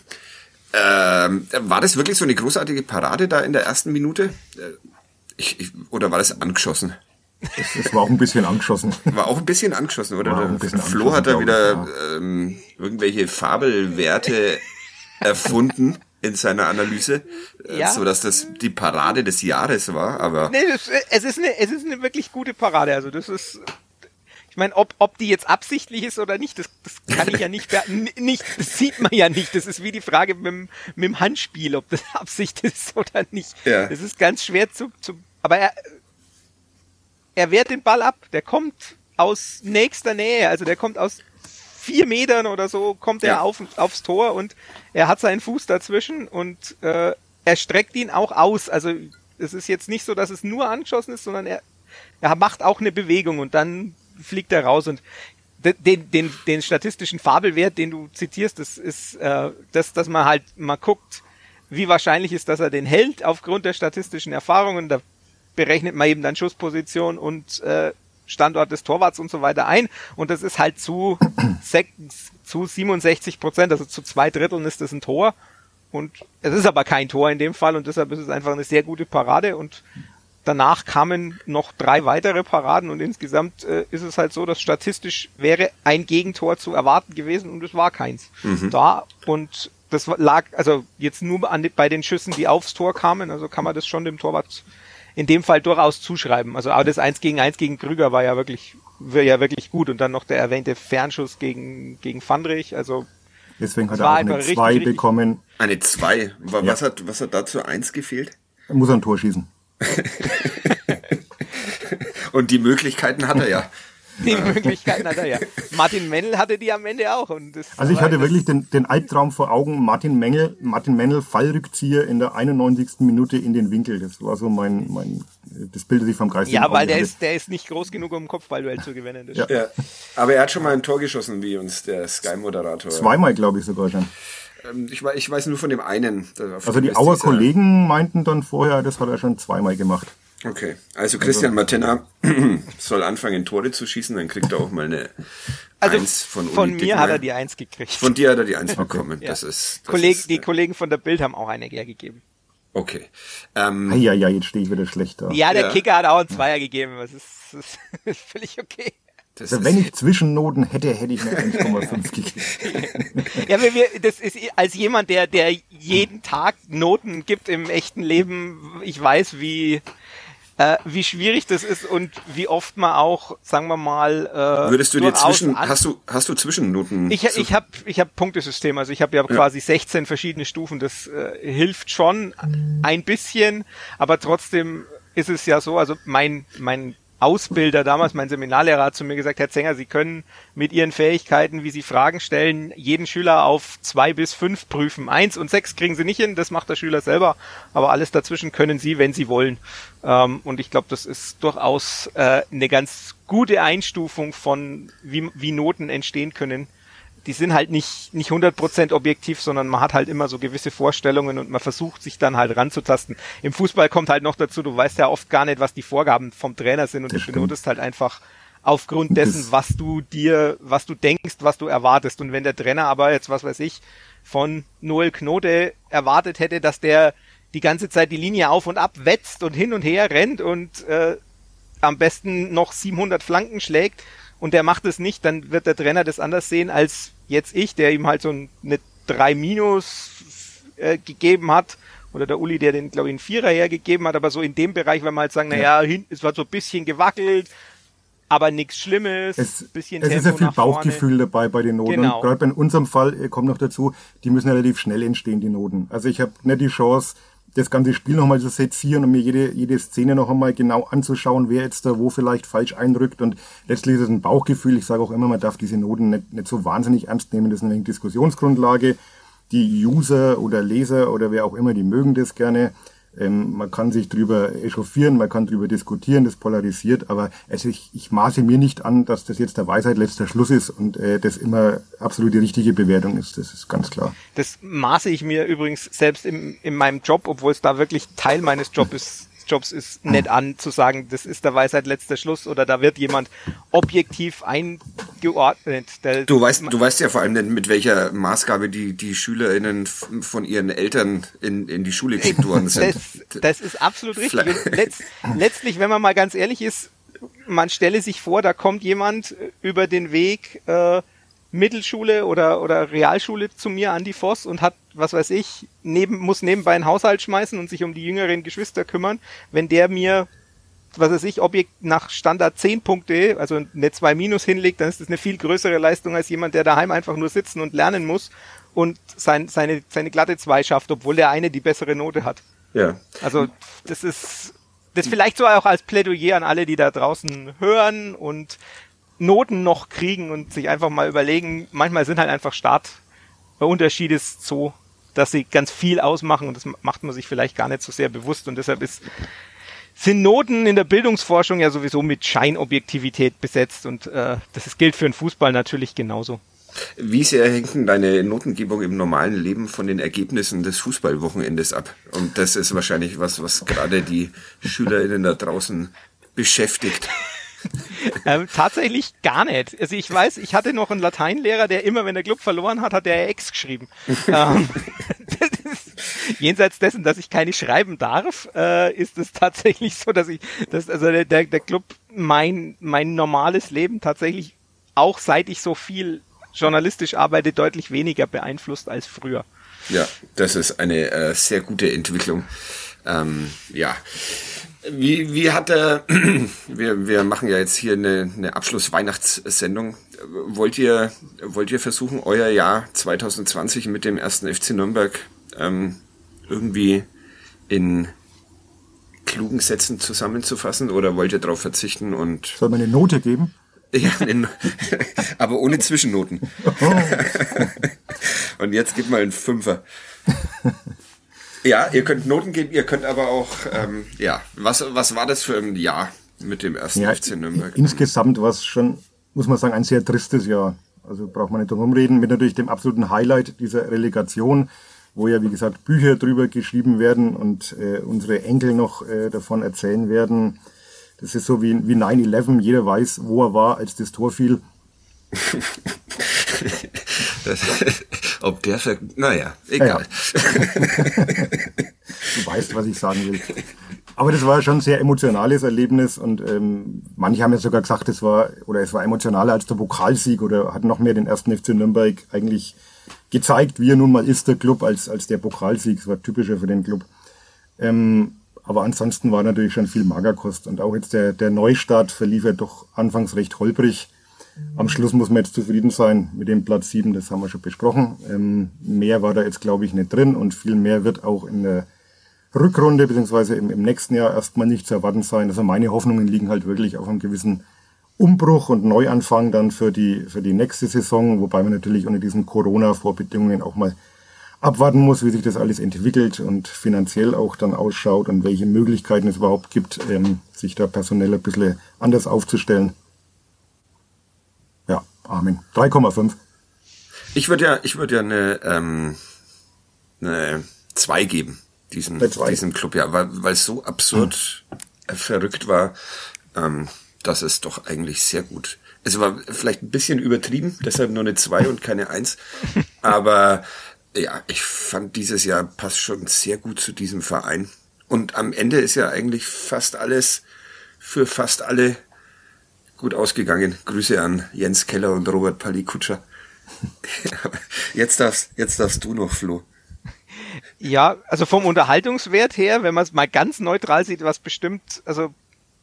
War das wirklich so eine großartige Parade da in der ersten Minute? Oder war das angeschossen? Es war auch ein bisschen angeschossen. War auch ein bisschen angeschossen, oder? angeschossen, Flo hat da wieder irgendwelche Fabelwerte erfunden in seiner Analyse, so dass das die Parade des Jahres war. Aber nee, es ist eine wirklich gute Parade. Also das ist, ich meine, ob die jetzt absichtlich ist oder nicht, das kann ich ja nicht, das sieht man ja nicht. Das ist wie die Frage mit dem Handspiel, ob das Absicht ist oder nicht. Ja. Das ist ganz schwer aber er wehrt den Ball ab, der kommt aus nächster Nähe, also der kommt aus 4 Metern oder so, kommt er aufs Tor und er hat seinen Fuß dazwischen und er streckt ihn auch aus. Also es ist jetzt nicht so, dass es nur angeschossen ist, sondern er macht auch eine Bewegung und dann fliegt er raus. Und den statistischen Fabelwert, den du zitierst, das ist dass man halt mal guckt, wie wahrscheinlich ist, dass er den hält aufgrund der statistischen Erfahrungen. Da berechnet man eben dann Schussposition und Standort des Torwarts und so weiter ein. Und das ist halt zu 67%, also zu 2/3 ist das ein Tor. Und es ist aber kein Tor in dem Fall und deshalb ist es einfach eine sehr gute Parade und danach kamen noch 3 weitere Paraden und insgesamt ist es halt so, dass statistisch wäre ein Gegentor zu erwarten gewesen und es war keins da. Und das lag also jetzt nur bei den Schüssen, die aufs Tor kamen, also kann man das schon dem Torwart in dem Fall durchaus zuschreiben. Also auch das 1-gegen-1 gegen Krüger war ja wirklich gut und dann noch der erwähnte Fernschuss gegen Fandrich, also deswegen hat er auch eine 2 bekommen. Eine 2? Was hat dazu 1 gefehlt? Er muss ein Tor schießen. Und die Möglichkeiten hat er ja. Die Möglichkeiten hat er ja. Martin Mennel hatte die am Ende auch. Und also ich hatte wirklich den Albtraum vor Augen, Martin Mennel Fallrückzieher in der 91. Minute in den Winkel. Das war so das Bild, das ich vom Geist. Ja, weil der ist nicht groß genug, um ein Kopfballduell zu gewinnen. Das ja. Aber er hat schon mal ein Tor geschossen, wie uns der Sky-Moderator. 2-mal, glaube ich, sogar schon. Ich weiß nur von dem einen. Also die Auer Kollegen meinten dann vorher, das hat er schon 2-mal gemacht. Okay, also Christian Matenna soll anfangen, Tore zu schießen, dann kriegt er auch mal eine 1 von Uli Von mir Dittmer. hat er die 1 gekriegt. Von dir hat er die 1 bekommen. Ja. Die Die Kollegen von der Bild haben auch eine gegeben. Okay. Ja, jetzt stehe ich wieder schlecht da. Ja, der Kicker hat auch einen 2er gegeben. Das ist völlig okay. Also wenn ich Zwischennoten hätte ich eine 1,5 gegeben. Ja, das ist als jemand, der jeden Tag Noten gibt im echten Leben, ich weiß, wie schwierig das ist und wie oft man auch, sagen wir mal, würdest du dir hast du Zwischennoten? Ich hab Punktesystem, also ich habe ja quasi 16 verschiedene Stufen, das hilft schon ein bisschen, aber trotzdem ist es ja so, also mein Ausbilder damals, mein Seminarlehrer hat zu mir gesagt, Herr Zenger, Sie können mit Ihren Fähigkeiten, wie Sie Fragen stellen, jeden Schüler auf 2 bis 5 prüfen. 1 und 6 kriegen Sie nicht hin, das macht der Schüler selber, aber alles dazwischen können Sie, wenn Sie wollen. Und ich glaube, das ist durchaus eine ganz gute Einstufung von, wie Noten entstehen können. Die sind halt nicht 100% objektiv, sondern man hat halt immer so gewisse Vorstellungen und man versucht sich dann halt ranzutasten. Im Fußball kommt halt noch dazu, du weißt ja oft gar nicht, was die Vorgaben vom Trainer sind und du benotest halt einfach aufgrund dessen, was du denkst, was du erwartest. Und wenn der Trainer aber jetzt, was weiß ich, von Noel Knote erwartet hätte, dass der die ganze Zeit die Linie auf und ab wetzt und hin und her rennt und am besten noch 700 Flanken schlägt und der macht es nicht, dann wird der Trainer das anders sehen als jetzt ich, der ihm halt so eine 3- gegeben hat, oder der Uli, der den, glaube ich, einen 4er hergegeben hat, aber so in dem Bereich, wenn man halt sagen, es war so ein bisschen gewackelt, aber nichts Schlimmes, bisschen Tempo. Es ist ja viel Bauchgefühl dabei bei den Noten. Genau. Und gerade in unserem Fall kommt noch dazu, die müssen relativ schnell entstehen, die Noten. Also ich habe nicht die Chance, das ganze Spiel nochmal zu sezieren und mir jede Szene noch einmal genau anzuschauen, wer jetzt da wo vielleicht falsch einrückt. Und letztlich ist es ein Bauchgefühl. Ich sage auch immer, man darf diese Noten nicht so wahnsinnig ernst nehmen. Das ist eine Diskussionsgrundlage. Die User oder Leser oder wer auch immer, die mögen das gerne. Man kann sich drüber echauffieren, man kann drüber diskutieren, das polarisiert, aber also ich maße mir nicht an, dass das jetzt der Weisheit letzter Schluss ist und das immer absolut die richtige Bewertung ist, das ist ganz klar. Das maße ich mir übrigens selbst in meinem Job, obwohl es da wirklich Teil meines Jobs ist, nicht an, zu sagen, das ist der Weisheit letzter Schluss oder da wird jemand objektiv eingeordnet. Du weißt ja vor allem nicht, mit welcher Maßgabe die SchülerInnen von ihren Eltern in die Schule geschickt worden sind. Das ist absolut richtig. Letztlich, wenn man mal ganz ehrlich ist, man stelle sich vor, da kommt jemand über den Weg Mittelschule oder Realschule zu mir an die Voss und hat, was weiß ich, muss nebenbei einen Haushalt schmeißen und sich um die jüngeren Geschwister kümmern. Wenn der mir, was weiß ich, Objekt nach Standard 10 Punkte, also eine 2- hinlegt, dann ist das eine viel größere Leistung als jemand, der daheim einfach nur sitzen und lernen muss und seine glatte 2 schafft, obwohl der eine die bessere Note hat. Ja. Also das vielleicht so auch als Plädoyer an alle, die da draußen hören und Noten noch kriegen und sich einfach mal überlegen, manchmal sind halt einfach Startunterschiede so, dass sie ganz viel ausmachen und das macht man sich vielleicht gar nicht so sehr bewusst und deshalb sind Noten in der Bildungsforschung ja sowieso mit Scheinobjektivität besetzt und das gilt für den Fußball natürlich genauso. Wie sehr hängt denn deine Notengebung im normalen Leben von den Ergebnissen des Fußballwochenendes ab? Und das ist wahrscheinlich was gerade die SchülerInnen da draußen beschäftigt. Tatsächlich gar nicht. Also ich weiß, ich hatte noch einen Lateinlehrer, der immer, wenn der Club verloren hat er Ex geschrieben. Jenseits dessen, dass ich keine schreiben darf, ist es tatsächlich so, dass der Club mein normales Leben tatsächlich, auch seit ich so viel journalistisch arbeite, deutlich weniger beeinflusst als früher. Ja, das ist eine sehr gute Entwicklung. Ja. Wie hat wir machen ja jetzt hier eine Abschluss-Weihnachtssendung. Wollt ihr versuchen, euer Jahr 2020 mit dem 1. FC Nürnberg irgendwie in klugen Sätzen zusammenzufassen oder wollt ihr darauf verzichten und... Soll man eine Note geben? Ja, aber ohne Zwischennoten. Oh. Und jetzt gib mal einen 5er. Ja, ihr könnt Noten geben, ihr könnt aber auch, was war das für ein Jahr mit dem 1. FC Nürnberg? Insgesamt war es schon, muss man sagen, ein sehr tristes Jahr. Also braucht man nicht drum rumreden, mit natürlich dem absoluten Highlight dieser Relegation, wo ja, wie gesagt, Bücher drüber geschrieben werden und unsere Enkel noch davon erzählen werden. Das ist so wie 9/11, jeder weiß, wo er war, als das Tor fiel. Naja, egal. Ja. Du weißt, was ich sagen will. Aber das war schon ein sehr emotionales Erlebnis und manche haben ja sogar gesagt, es war emotionaler als der Pokalsieg oder hat noch mehr den 1. FC Nürnberg eigentlich gezeigt, wie er nun mal ist, der Club, als der Pokalsieg. Es war typischer für den Club. Aber ansonsten war natürlich schon viel Magerkost und auch jetzt der Neustart verlief ja doch anfangs recht holprig. Am Schluss muss man jetzt zufrieden sein mit dem Platz 7, das haben wir schon besprochen. Mehr war da jetzt, glaube ich, nicht drin und viel mehr wird auch in der Rückrunde beziehungsweise im nächsten Jahr erstmal nicht zu erwarten sein. Also meine Hoffnungen liegen halt wirklich auf einem gewissen Umbruch und Neuanfang dann für die nächste Saison, wobei man natürlich unter diesen Corona-Vorbedingungen auch mal abwarten muss, wie sich das alles entwickelt und finanziell auch dann ausschaut und welche Möglichkeiten es überhaupt gibt, sich da personell ein bisschen anders aufzustellen. Ja, Amen. 3,5. Ich würde ja eine 2 geben, diesem Club, ja, weil es so absurd verrückt war, dass es doch eigentlich sehr gut. Es war vielleicht ein bisschen übertrieben, deshalb nur eine 2 und keine 1. Aber ja, ich fand dieses Jahr passt schon sehr gut zu diesem Verein. Und am Ende ist ja eigentlich fast alles für fast alle gut ausgegangen. Grüße an Jens Keller und Robert Palikutscher. Jetzt darfst du noch, Flo. Ja, also vom Unterhaltungswert her, wenn man es mal ganz neutral sieht, was bestimmt, also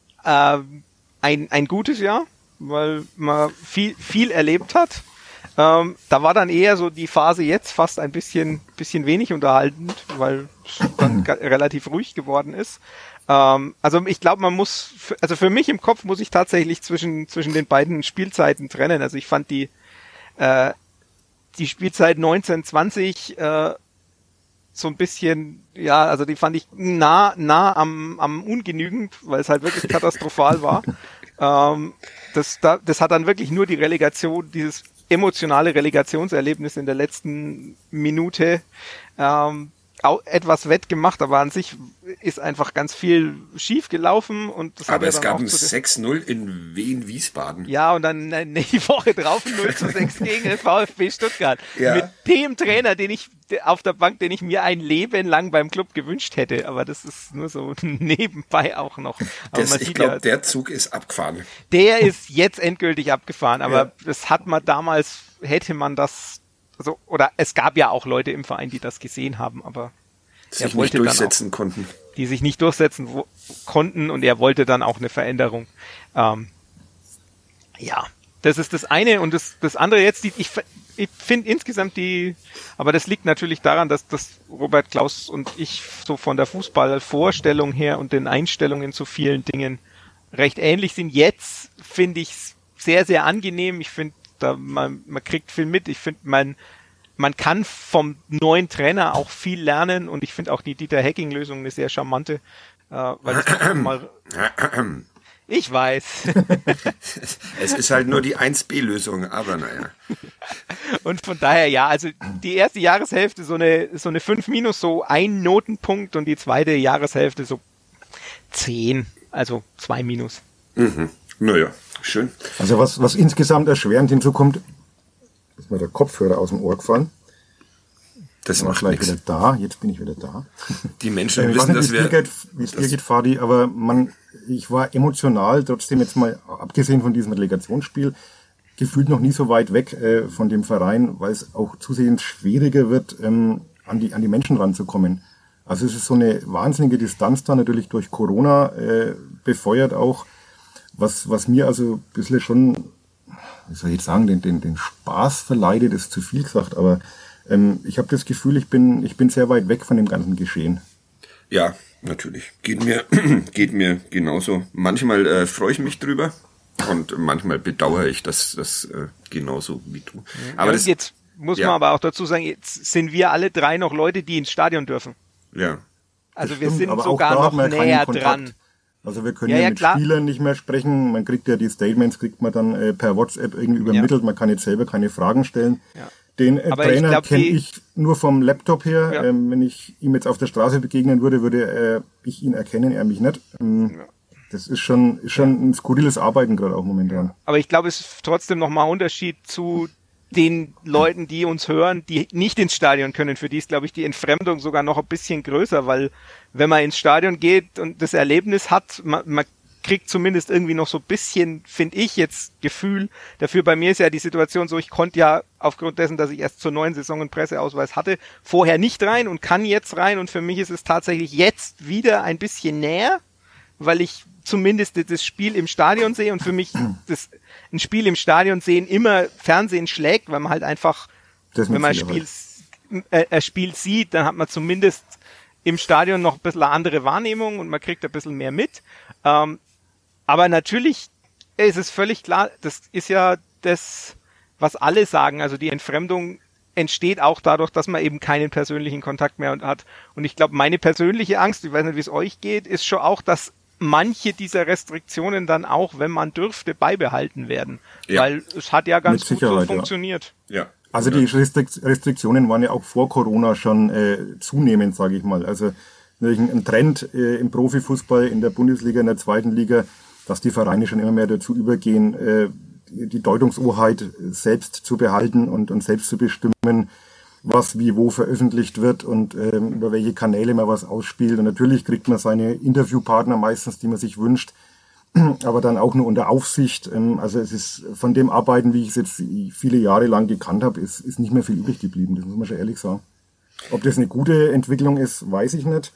ein gutes Jahr, weil man viel erlebt hat. Da war dann eher so die Phase jetzt fast ein bisschen wenig unterhaltend, weil es dann relativ ruhig geworden ist. Also ich glaube, man muss, also für mich im Kopf muss ich tatsächlich zwischen den beiden Spielzeiten trennen. Also ich fand die Spielzeit 1920 so ein bisschen, ja, also die fand ich nah am ungenügend, weil es halt wirklich katastrophal war. Das hat dann wirklich nur die Relegation, dieses emotionale Relegationserlebnis in der letzten Minute auch etwas wettgemacht, aber an sich ist einfach ganz viel schief gelaufen. Und das aber hat es gab ein 6-0 in Wien-Wiesbaden. Ja, und dann die Woche drauf ein 0-6 gegen den VfB Stuttgart. Ja. Mit dem Trainer, den ich auf der Bank, den ich mir ein Leben lang beim Club gewünscht hätte. Aber das ist nur so nebenbei auch noch. Aber Ich glaube, der Zug ist abgefahren. Der ist jetzt endgültig abgefahren, aber das hat man damals, hätte man das, also, oder es gab ja auch Leute im Verein, die das gesehen haben, aber sich nicht durchsetzen konnten. Die sich nicht durchsetzen konnten und er wollte dann auch eine Veränderung. Ja, das ist das eine und das andere jetzt, ich finde insgesamt aber das liegt natürlich daran, dass Robert Klaus und ich so von der Fußballvorstellung her und den Einstellungen zu vielen Dingen recht ähnlich sind. Jetzt finde ich es sehr, sehr angenehm. Ich finde, man kriegt viel mit. Ich finde, man kann vom neuen Trainer auch viel lernen und ich finde auch die Dieter Hecking-Lösung eine sehr charmante, weil das mal ich weiß. Es ist halt nur die 1B-Lösung, aber naja. Und von daher, ja, also die erste Jahreshälfte so eine 5-, so ein Notenpunkt und die zweite Jahreshälfte so 10, also 2-. Mhm. Naja, schön. Also was insgesamt erschwerend hinzukommt, ist mir der Kopfhörer aus dem Ohr gefallen. Das macht gleich nichts. wieder da. Jetzt bin ich wieder da. Die Menschen Ich wissen, weiß nicht, dass wie es dir geht, Fadi, aber ich war emotional, trotzdem jetzt mal abgesehen von diesem Relegationsspiel, gefühlt noch nie so weit weg von dem Verein, weil es auch zusehends schwieriger wird, an die Menschen ranzukommen. Also es ist so eine wahnsinnige Distanz da natürlich durch Corona befeuert auch, was mir also ein bisschen schon, wie soll ich jetzt sagen, den Spaß verleidet, ist zu viel gesagt, aber ich habe das Gefühl, ich bin sehr weit weg von dem ganzen Geschehen. Ja, natürlich. Geht mir genauso. Manchmal freue ich mich drüber und manchmal bedauere ich das genauso wie du. Aber ja, jetzt muss man aber auch dazu sagen, jetzt sind wir alle drei noch Leute, die ins Stadion dürfen. Ja. Also Das wir stimmt, sind aber sogar auch da noch hat man keinen näher Kontakt. dran. Also wir können Ja, mit klar. Spielern nicht mehr sprechen. Man kriegt ja die Statements, kriegt man dann per WhatsApp irgendwie übermittelt. Man kann jetzt selber keine Fragen stellen. Ja. Den Aber Trainer ich kenne ich nur vom Laptop her. Ja. Wenn ich ihm jetzt auf der Straße begegnen würde ich ihn erkennen, er mich nicht. Das ist schon ein skurriles Arbeiten gerade auch momentan. Aber ich glaube, es ist trotzdem nochmal ein Unterschied zu den Leuten, die uns hören, die nicht ins Stadion können. Für die ist, glaube ich, die Entfremdung sogar noch ein bisschen größer, weil wenn man ins Stadion geht und das Erlebnis hat, man kriegt zumindest irgendwie noch so ein bisschen, finde ich jetzt, Gefühl dafür. Bei mir ist ja die Situation so, ich konnte ja aufgrund dessen, dass ich erst zur neuen Saison einen Presseausweis hatte, vorher nicht rein und kann jetzt rein und für mich ist es tatsächlich jetzt wieder ein bisschen näher, weil ich zumindest das Spiel im Stadion sehe und für mich ein Spiel im Stadion sehen immer Fernsehen schlägt, weil man halt einfach, wenn man ein Spiel sieht, dann hat man zumindest im Stadion noch ein bisschen eine andere Wahrnehmung und man kriegt ein bisschen mehr mit. Aber natürlich ist es völlig klar, das ist ja das, was alle sagen, also die Entfremdung entsteht auch dadurch, dass man eben keinen persönlichen Kontakt mehr hat. Und ich glaube, meine persönliche Angst, ich weiß nicht, wie es euch geht, ist schon auch, dass manche dieser Restriktionen dann auch, wenn man dürfte, beibehalten werden. Ja. Weil es hat ja ganz gut so funktioniert. Ja. Also die Restriktionen waren ja auch vor Corona schon zunehmend, sage ich mal. Also ein Trend im Profifußball, in der Bundesliga, in der zweiten Liga, dass die Vereine schon immer mehr dazu übergehen, die Deutungshoheit selbst zu behalten und selbst zu bestimmen, was wie wo veröffentlicht wird und über welche Kanäle man was ausspielt. Und natürlich kriegt man seine Interviewpartner meistens, die man sich wünscht, aber dann auch nur unter Aufsicht. Also es ist von dem Arbeiten, wie ich es jetzt viele Jahre lang gekannt habe, ist nicht mehr viel übrig geblieben. Das muss man schon ehrlich sagen. Ob das eine gute Entwicklung ist, weiß ich nicht.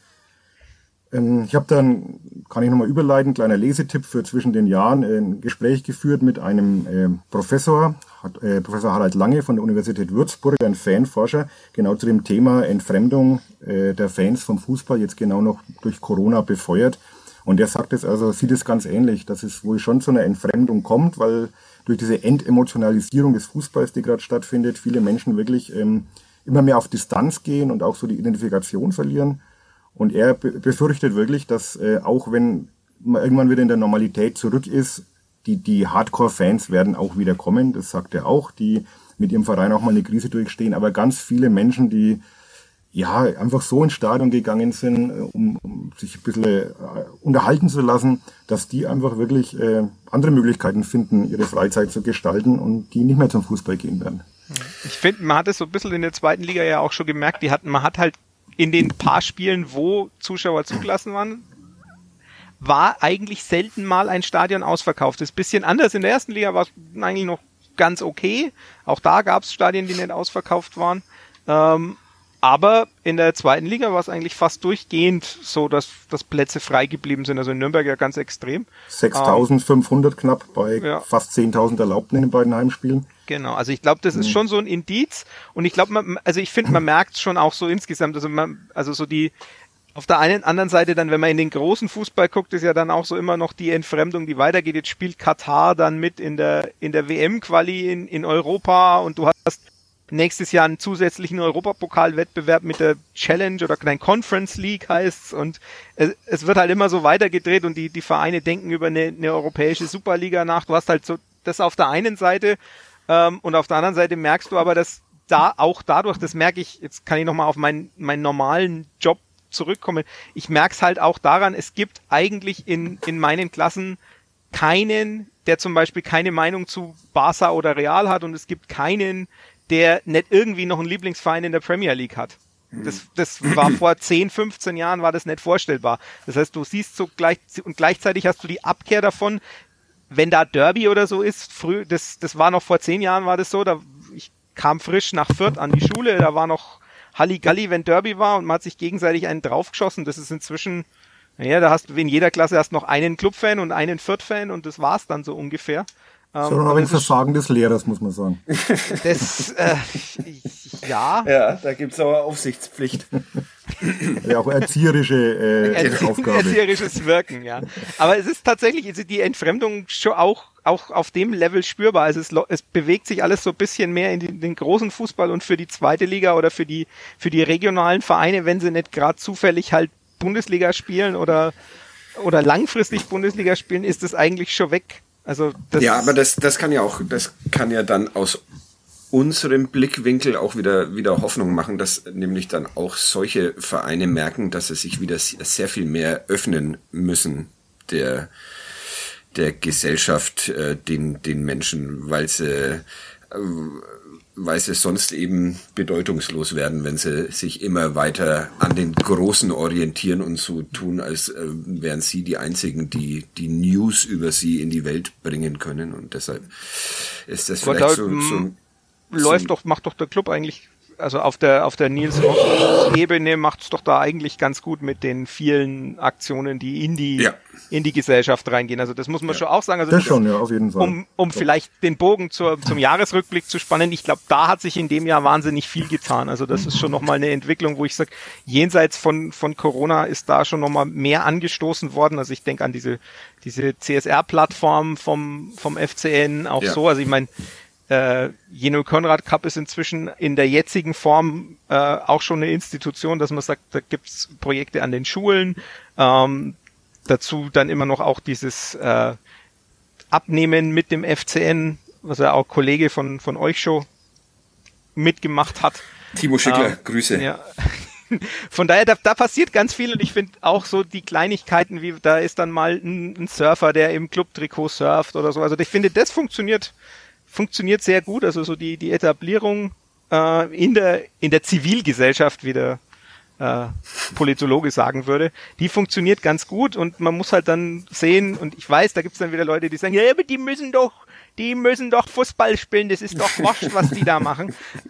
Ich habe dann, kann ich nochmal überleiten, kleiner Lesetipp für zwischen den Jahren, ein Gespräch geführt mit einem Professor Harald Lange von der Universität Würzburg, ein Fanforscher, genau zu dem Thema Entfremdung der Fans vom Fußball, jetzt genau noch durch Corona befeuert. Und der sagt es also, sieht es ganz ähnlich, dass es wohl schon zu einer Entfremdung kommt, weil durch diese Entemotionalisierung des Fußballs, die gerade stattfindet, viele Menschen wirklich immer mehr auf Distanz gehen und auch so die Identifikation verlieren. Und er befürchtet wirklich, dass auch wenn man irgendwann wieder in der Normalität zurück ist, die Hardcore-Fans werden auch wieder kommen, das sagt er auch, die mit ihrem Verein auch mal eine Krise durchstehen, aber ganz viele Menschen, die ja einfach so ins Stadion gegangen sind, um sich ein bisschen unterhalten zu lassen, dass die einfach wirklich andere Möglichkeiten finden, ihre Freizeit zu gestalten und die nicht mehr zum Fußball gehen werden. Ich finde, man hat es so ein bisschen in der zweiten Liga ja auch schon gemerkt, man hat halt in den paar Spielen, wo Zuschauer zugelassen waren, war eigentlich selten mal ein Stadion ausverkauft. Das ist ein bisschen anders. In der ersten Liga war es eigentlich noch ganz okay. Auch da gab es Stadien, die nicht ausverkauft waren. Aber in der zweiten Liga war es eigentlich fast durchgehend so, dass Plätze frei geblieben sind. Also in Nürnberg ja ganz extrem. 6.500 knapp bei fast 10.000 Erlaubten in den beiden Heimspielen. Genau, also ich glaube, das ist schon so ein Indiz. Und ich glaube, ich finde, man merkt es schon auch so insgesamt. Also so die auf der einen anderen Seite dann, wenn man in den großen Fußball guckt, ist ja dann auch so immer noch die Entfremdung, die weitergeht. Jetzt spielt Katar dann mit in der WM-Quali in Europa und du hast nächstes Jahr einen zusätzlichen Europapokalwettbewerb mit der Challenge oder nein, Conference League heißt's und es wird halt immer so weitergedreht und die Vereine denken über eine europäische Superliga nach. Du hast halt so das auf der einen Seite und auf der anderen Seite merkst du aber, dass da auch dadurch, das merke ich, jetzt kann ich nochmal auf meinen normalen Job zurückkommen, ich merke es halt auch daran, es gibt eigentlich in meinen Klassen keinen, der zum Beispiel keine Meinung zu Barca oder Real hat und es gibt keinen, der nicht irgendwie noch einen Lieblingsverein in der Premier League hat. Das war vor 10, 15 Jahren war das nicht vorstellbar. Das heißt, du siehst so gleichzeitig hast du die Abkehr davon, wenn da Derby oder so ist, das war noch vor 10 Jahren war das so, ich kam frisch nach Fürth an die Schule, da war noch Halligalli, wenn Derby war und man hat sich gegenseitig einen draufgeschossen. Das ist inzwischen, da hast du in jeder Klasse noch einen Clubfan und einen Fürth-Fan und das war's dann so ungefähr. Sondern aber ein Versagen des Lehrers, muss man sagen. Das, ja. Ja, da gibt's aber Aufsichtspflicht. Ja, auch erzieherische Aufgabe. Erzieherisches Wirken, ja. Aber es ist tatsächlich, die Entfremdung schon auch auf dem Level spürbar. Also es bewegt sich alles so ein bisschen mehr in den großen Fußball und für die zweite Liga oder für die regionalen Vereine, wenn sie nicht gerade zufällig halt Bundesliga spielen oder langfristig Bundesliga spielen, ist das eigentlich schon weg. Also ja, aber das kann ja dann aus unserem Blickwinkel auch wieder Hoffnung machen, dass nämlich dann auch solche Vereine merken, dass sie sich wieder sehr viel mehr öffnen müssen der Gesellschaft, den Menschen, weil sie sonst eben bedeutungslos werden, wenn sie sich immer weiter an den Großen orientieren und so tun, als wären sie die Einzigen, die News über sie in die Welt bringen können. Und deshalb ist das vielleicht macht doch der Club eigentlich, also auf der Nils-Rock-Ebene macht es doch da eigentlich ganz gut mit den vielen Aktionen, die in die Gesellschaft reingehen. Also das muss man schon auch sagen. Also das schon, ja, auf jeden Fall. Um vielleicht den Bogen zum Jahresrückblick zu spannen. Ich glaube, da hat sich in dem Jahr wahnsinnig viel getan. Also das ist schon nochmal eine Entwicklung, wo ich sage, jenseits von Corona ist da schon nochmal mehr angestoßen worden. Also ich denke an diese CSR-Plattform vom FCN auch so. Also ich meine, Jenö Konrad Cup ist inzwischen in der jetzigen Form auch schon eine Institution, dass man sagt, da gibt's Projekte an den Schulen, dazu dann immer noch auch dieses Abnehmen mit dem FCN, was ja auch Kollege von euch schon mitgemacht hat. Timo Schickler, Grüße. Ja. Von daher, da passiert ganz viel und ich finde auch so die Kleinigkeiten, wie da ist dann mal ein Surfer, der im Clubtrikot surft oder so. Also ich finde, das funktioniert sehr gut, also so die Etablierung in der Zivilgesellschaft, wie der Politologe sagen würde, die funktioniert ganz gut und man muss halt dann sehen, und ich weiß, da gibt's dann wieder Leute, die sagen, ja, aber die müssen doch Fußball spielen, das ist doch wurscht, was die da machen.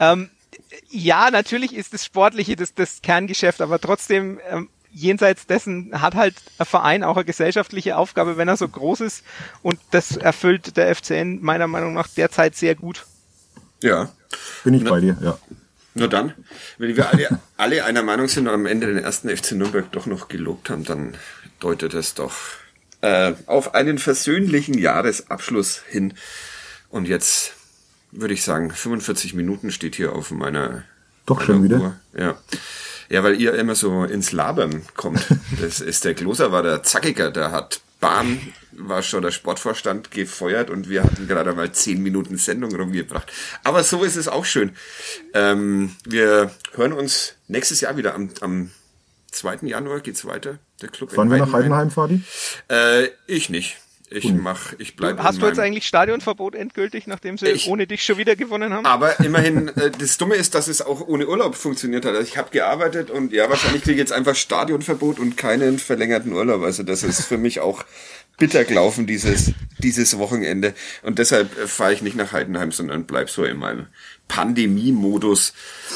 Ja, natürlich ist das Sportliche das Kerngeschäft, aber trotzdem jenseits dessen hat halt ein Verein auch eine gesellschaftliche Aufgabe, wenn er so groß ist, und das erfüllt der FCN meiner Meinung nach derzeit sehr gut. Ja. Bin ich bei dir, ja. Nur dann, wenn wir alle einer Meinung sind und am Ende den ersten FC Nürnberg doch noch gelobt haben, dann deutet es doch auf einen versöhnlichen Jahresabschluss hin. Und jetzt würde ich sagen, 45 Minuten steht hier auf meiner Doch schon wieder. Ja. Ja, weil ihr immer so ins Labern kommt. Das ist der Gloser war der Zackiger, der hat war schon der Sportvorstand gefeuert und wir hatten gerade mal 10 Minuten Sendung rumgebracht. Aber so ist es auch schön. Wir hören uns nächstes Jahr wieder am 2. Januar geht's weiter. Der Club Fahren wir nach Heidenheim, Fadi? Ich nicht. Ich bleibe. Hast du jetzt eigentlich Stadionverbot endgültig, nachdem sie ohne dich schon wieder gewonnen haben? Aber immerhin, das Dumme ist, dass es auch ohne Urlaub funktioniert hat. Also ich habe gearbeitet und ja, wahrscheinlich kriege ich jetzt einfach Stadionverbot und keinen verlängerten Urlaub. Also das ist für mich auch bitter gelaufen, dieses Wochenende. Und deshalb fahre ich nicht nach Heidenheim, sondern bleib so in meinem Pandemie-Modus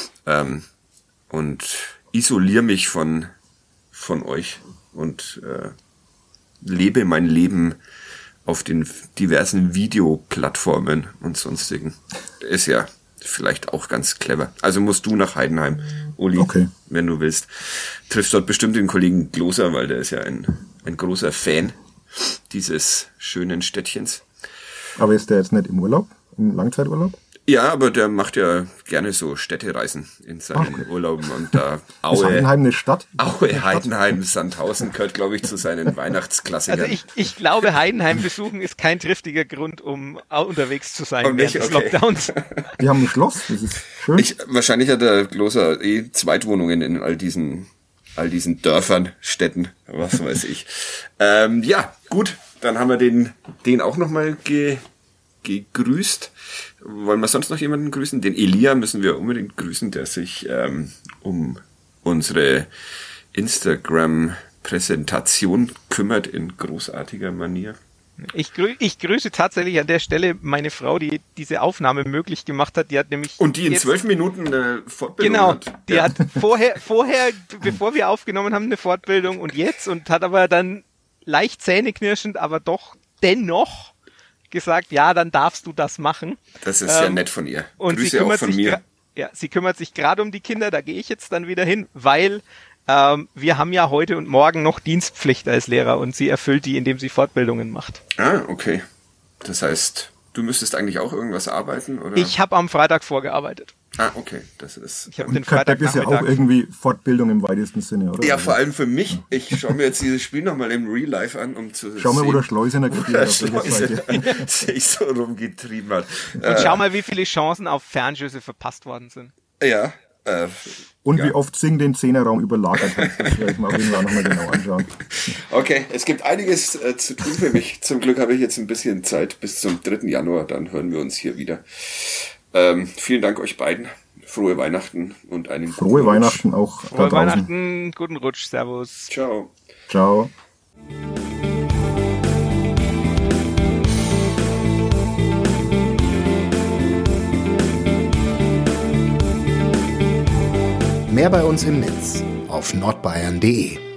und isoliere mich von euch und lebe mein Leben auf den diversen Videoplattformen und sonstigen. Ist ja vielleicht auch ganz clever. Also musst du nach Heidenheim, Uli, wenn du willst. Triffst dort bestimmt den Kollegen Gloser, weil der ist ja ein großer Fan dieses schönen Städtchens. Aber ist der jetzt nicht im Urlaub? Im Langzeiturlaub? Ja, aber der macht ja gerne so Städtereisen in seinen Urlauben und da Ist Heidenheim eine Stadt? Aue, Heidenheim, Sandhausen gehört, glaube ich, zu seinen Weihnachtsklassikern. Also ich glaube, Heidenheim besuchen ist kein triftiger Grund, um unterwegs zu sein während des Lockdowns. Die haben ein Schloss, das ist schön. Wahrscheinlich hat der Gloser Zweitwohnungen in all diesen Dörfern, Städten, was weiß ich. Ja, gut, dann haben wir den auch nochmal gegrüßt. Wollen wir sonst noch jemanden grüßen? Den Elia müssen wir unbedingt grüßen, der sich um unsere Instagram-Präsentation kümmert in großartiger Manier. Ich grüße tatsächlich an der Stelle meine Frau, die diese Aufnahme möglich gemacht hat. Die hat nämlich und die in 12 Minuten eine Fortbildung hat. Genau, die hat vorher, bevor wir aufgenommen haben, eine Fortbildung und jetzt und hat aber dann leicht zähneknirschend, aber doch dennoch gesagt, ja, dann darfst du das machen. Das ist ja nett von ihr. Und Grüße auch von mir. Sie kümmert sich gerade um die Kinder, da gehe ich jetzt dann wieder hin, weil wir haben ja heute und morgen noch Dienstpflicht als Lehrer und sie erfüllt die, indem sie Fortbildungen macht. Ah, okay. Das heißt, du müsstest eigentlich auch irgendwas arbeiten, oder? Ich habe am Freitag vorgearbeitet. Ah, okay. Das ist. Ich habe den Freitag ist ja auch irgendwie Fortbildung im weitesten Sinne, oder? Ja, vor allem für mich. Ich schaue mir jetzt dieses Spiel nochmal im Real Life an, um zu schau mal, wo der Schleusener sich so rumgetrieben hat. Und schau mal, wie viele Chancen auf Fernschüsse verpasst worden sind. Ja. Und wie oft Sing den Zehnerraum überlagert hat. Das werde ich mir auf jeden Fall nochmal genau anschauen. Okay, es gibt einiges zu tun für mich. Zum Glück habe ich jetzt ein bisschen Zeit bis zum 3. Januar. Dann hören wir uns hier wieder. Vielen Dank euch beiden. Frohe Weihnachten und einen Frohe Weihnachten auch. Frohe Weihnachten, guten Rutsch, Servus. Ciao. Ciao. Mehr bei uns im Netz auf nordbayern.de